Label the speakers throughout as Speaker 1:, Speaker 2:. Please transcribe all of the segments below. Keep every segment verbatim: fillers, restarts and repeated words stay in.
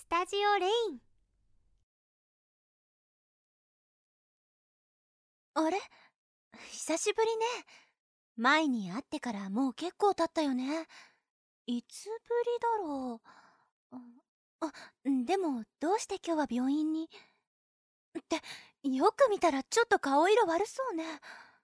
Speaker 1: スタジオレイン。
Speaker 2: あれ、久しぶりね。前に会ってからもう結構経ったよね。いつぶりだろう。あ、でもどうして今日は病院にって、よく見たらちょっと顔色悪そうね。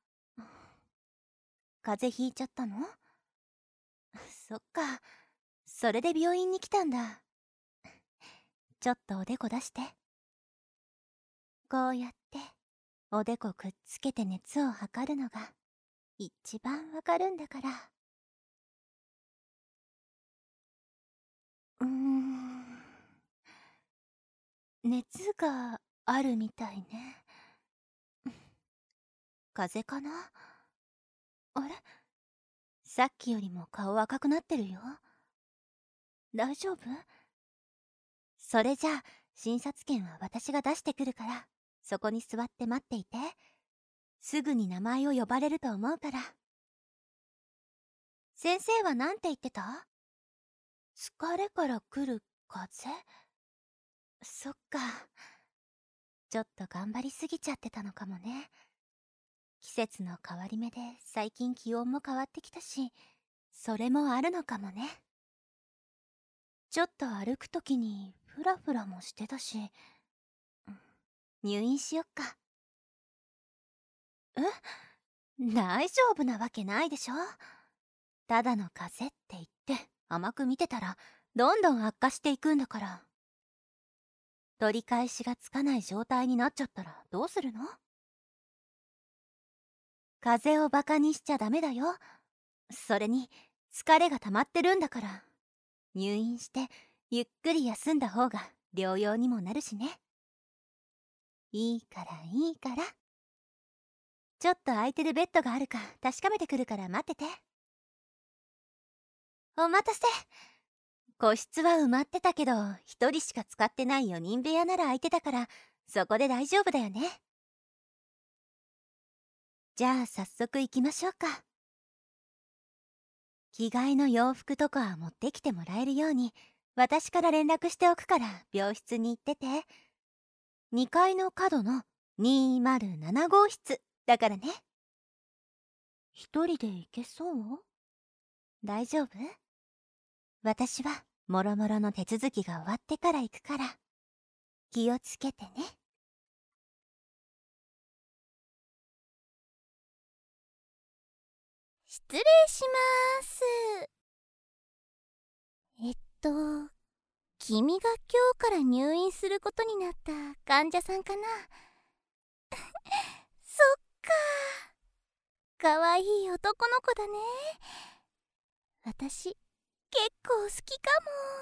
Speaker 2: 風邪ひいちゃったの？そっか、それで病院に来たんだ。ちょっとおでこ出して。こうやっておでこくっつけて熱を測るのが一番わかるんだから。うーん、熱があるみたいね。風邪かな？あれ、さっきよりも顔赤くなってるよ。大丈夫？それじゃあ診察券は私が出してくるから、そこに座って待っていて。すぐに名前を呼ばれると思うから。先生は何て言ってた？疲れから来る風邪？そっか、ちょっと頑張りすぎちゃってたのかもね。季節の変わり目で最近気温も変わってきたし、それもあるのかもね。ちょっと歩くときにフラフラもしてたし、入院しよっか。え？大丈夫なわけないでしょ。ただの風邪って言って甘く見てたらどんどん悪化していくんだから。取り返しがつかない状態になっちゃったらどうするの？風邪をバカにしちゃダメだよ。それに疲れが溜まってるんだから、入院してゆっくり休んだ方が療養にもなるしね。いいからいいから。ちょっと空いてるベッドがあるか確かめてくるから待ってて。お待たせ。個室は埋まってたけど一人しか使ってないよにん部屋なら空いてたから、そこで大丈夫だよね。じゃあ早速行きましょうか。着替えの洋服とか持ってきてもらえるように私から連絡しておくから病室に行ってて。にかいの角のにまるななごうしつだからね。一人で行けそう？大丈夫？私はもろもろの手続きが終わってから行くから、気をつけてね。
Speaker 3: 失礼します。えっと君が今日から入院することになった患者さんかな？そっか、かわいい男の子だね。私結構好きか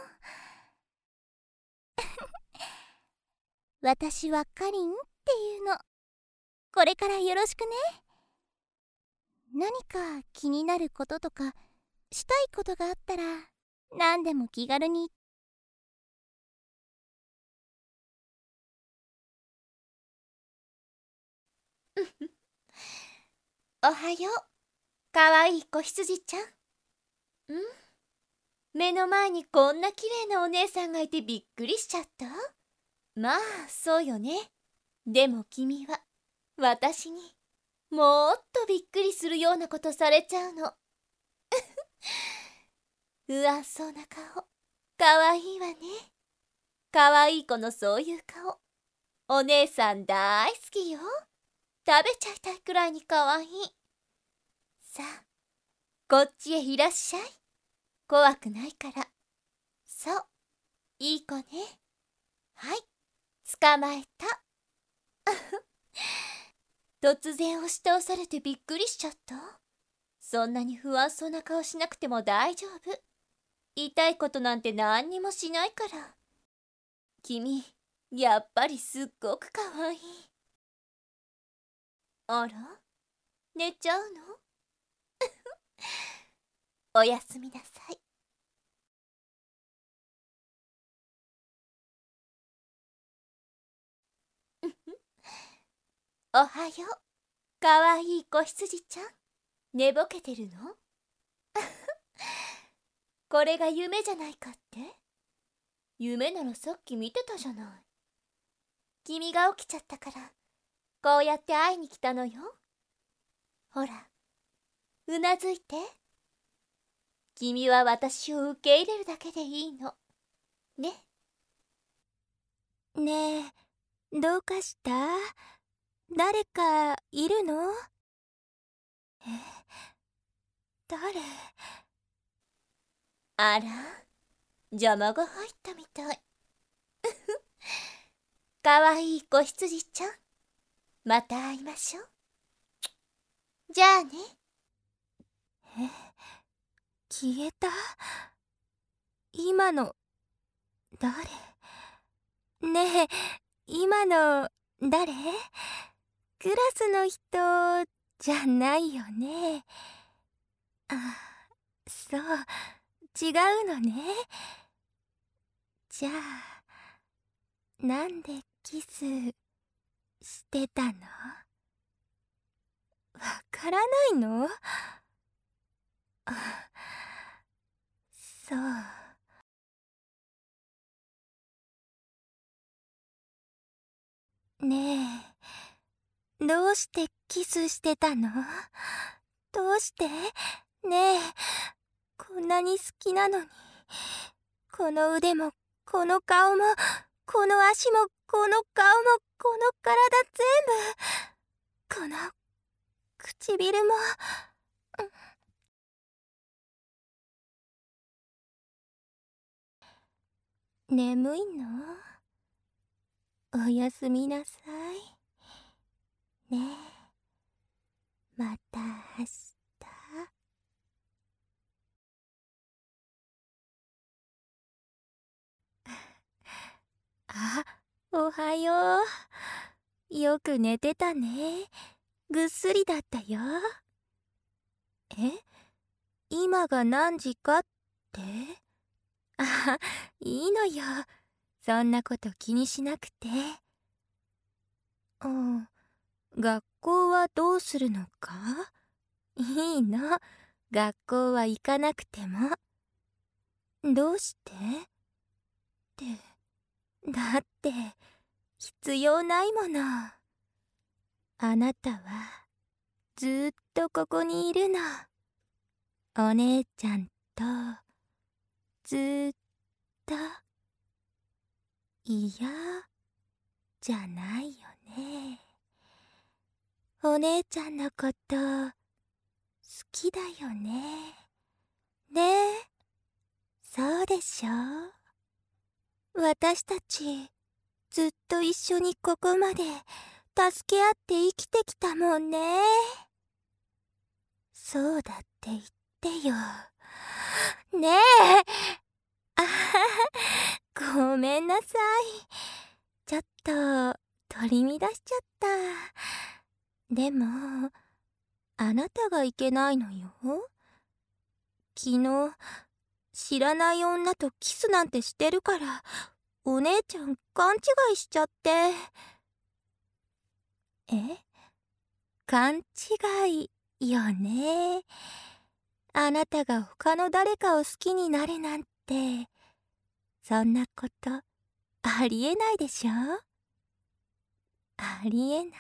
Speaker 3: も。私はかりんっていうの。これからよろしくね。何か気になることとかしたいことがあったら何でも気軽に。
Speaker 1: おはよう、かわいい子羊ちゃん。ん？目の前にこんな綺麗なお姉さんがいてびっくりしちゃった。まあそうよね。でも君は私にもっとびっくりするようなことされちゃうの。うわそうな顔、かわいいわね。かわいい子のそういう顔、お姉さん大好きよ。食べちゃいたいくらいにかわいい。さあこっちへいらっしゃい。怖くないから。そう、いい子ね。はい、捕まえた。突然押し倒されてびっくりしちゃった。そんなに不安そうな顔しなくても大丈夫。痛いことなんて何にもしないから。君やっぱりすっごくかわいい。あら、寝ちゃうの？おやすみなさい。おはよう、かわいい子羊ちゃん。寝ぼけてるの？これが夢じゃないかって？ 夢ならさっき見てたじゃない。君が起きちゃったから、こうやって会いに来たのよ。ほら、うなずいて。君は私を受け入れるだけでいいの。ね。
Speaker 2: ねえ、どうかした？誰かいるの？え、誰？
Speaker 1: あら、邪魔が入ったみたい。かわいい子羊ちゃん、また会いましょう。じゃあね。
Speaker 2: え、消えた？今の誰？ねえ、今の誰？クラスの人じゃないよね。あ、そう、違うのね。じゃあ、なんでキスしてたの？わからないの？あ、そう。ねえ、どうしてキスしてたの？どうして？ねえ、こんなに好きなのに。この腕も、この顔も、この足も、この顔も、この体全部。この唇も。眠いの？おやすみなさい。ねえ、また明日。あ、おはよう。よく寝てたね。ぐっすりだったよ。え？今が何時かって？あ、いいのよ。そんなこと気にしなくて。うん、学校はどうするのか？いいの。学校は行かなくても。どうして？って、だって、必要ないもの。あなたは、ずーっとここにいるの。お姉ちゃんと、ずーっと。嫌じゃないよね。お姉ちゃんのこと、好きだよね。ねえ、そうでしょ？私たち、ずっと一緒にここまで助け合って生きてきたもんね。そうだって言ってよ。ねえ、あはは、ごめんなさい。ちょっと取り乱しちゃった。でも、あなたがいけないのよ。昨日、知らない女とキスなんてしてるから、お姉ちゃん勘違いしちゃって。え？勘違いよね。あなたが他の誰かを好きになるなんて、そんなことありえないでしょ？ありえない。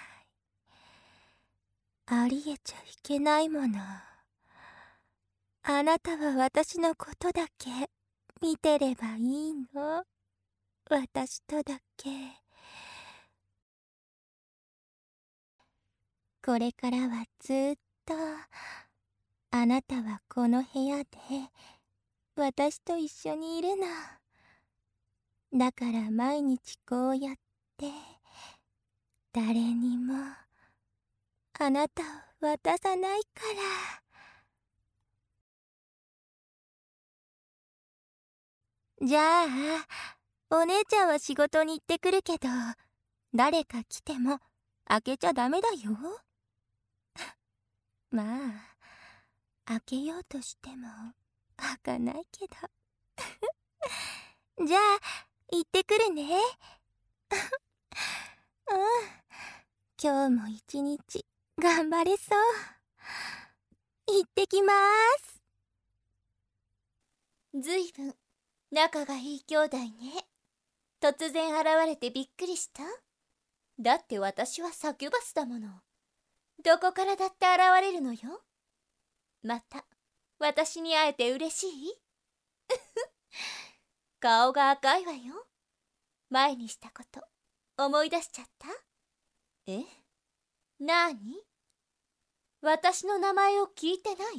Speaker 2: ありえちゃいけないもの。あなたは私のことだけ見てればいいの。私とだけ。これからはずっと、あなたはこの部屋で、私と一緒にいるの。だから毎日こうやって、誰にも、あなたを渡さないから。じゃあ、お姉ちゃんは仕事に行ってくるけど、誰か来ても開けちゃダメだよ。まあ、開けようとしても開かないけど。じゃあ、行ってくるね。うん。今日も一日頑張れそう。行ってきまーす。
Speaker 1: ずいぶん仲がいい兄弟ね。 突然現れてびっくりした？だって私はサキュバスだもの。どこからだって現れるのよ。また私に会えて嬉しい？顔が赤いわよ。前にしたこと思い出しちゃった？え？なに？私の名前を聞いてない？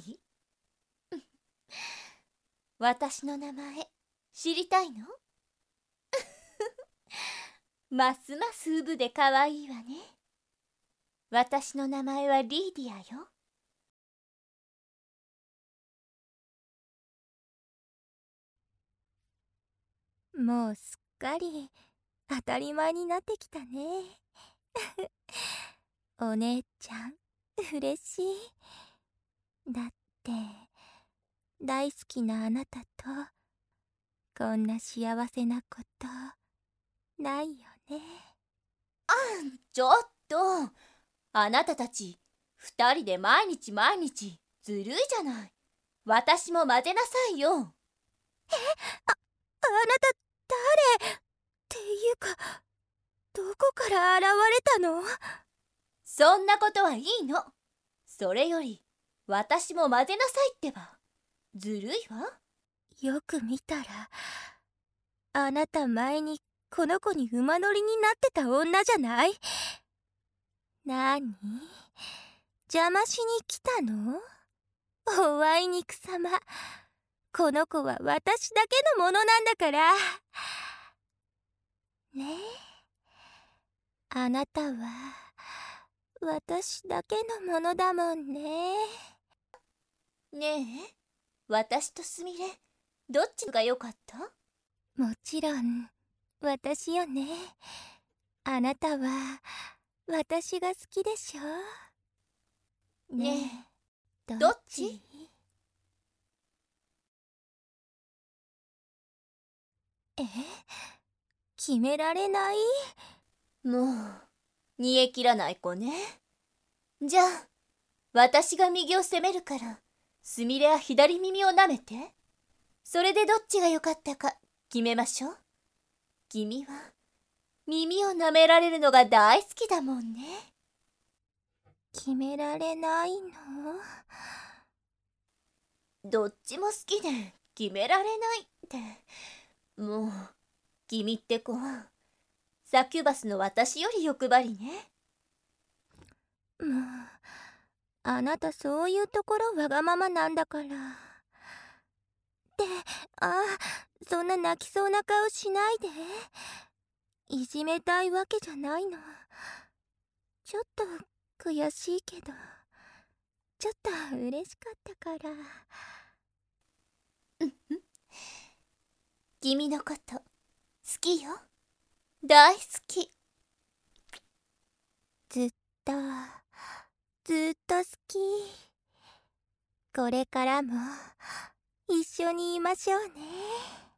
Speaker 1: 私の名前知りたいの？ますますウブでかわいいわね。私の名前はリーディアよ。
Speaker 2: もうすっかり当たり前になってきたね。お姉ちゃん、嬉しい。だって大好きなあなたとこんな幸せなことないよね。
Speaker 1: ちょっと、あなたたち二人で毎日毎日ずるいじゃない。私も混ぜなさいよ。
Speaker 2: え、あ、あなた誰っていうか、どこから現れたの？
Speaker 1: そんなことはいいの。それより私も混ぜなさいってば。ずるいわ。
Speaker 2: よく見たらあなた前にこの子に馬乗りになってた女じゃない？なに？邪魔しに来たの？おあいにくさま。この子は私だけのものなんだから。ねえ、あなたは私だけのものだもんね。
Speaker 1: ねえ、私とすみれどっちが良かった？
Speaker 2: もちろん私よね。あなたは私が好きでしょ？ねえ、
Speaker 1: どっち？
Speaker 2: え？決められない？
Speaker 1: もう煮え切らない子ね。じゃあ私が右を攻めるからすみれは左耳をなめて。それでどっちが良かったか決めましょう。君は耳をなめられるのが大好きだもんね。
Speaker 2: 決められないの？
Speaker 1: どっちも好きで決められないって。もう君って子はサキュバスの私より欲張りね。
Speaker 2: もうあなたそういうところわがままなんだから。ってああ、そんな泣きそうな顔しないで。いじめたいわけじゃないの。ちょっと悔しいけどちょっと嬉しかったから。
Speaker 1: 君のこと好きよ。大好き。
Speaker 2: ずっとずっと好き。これからも一緒にいましょうね。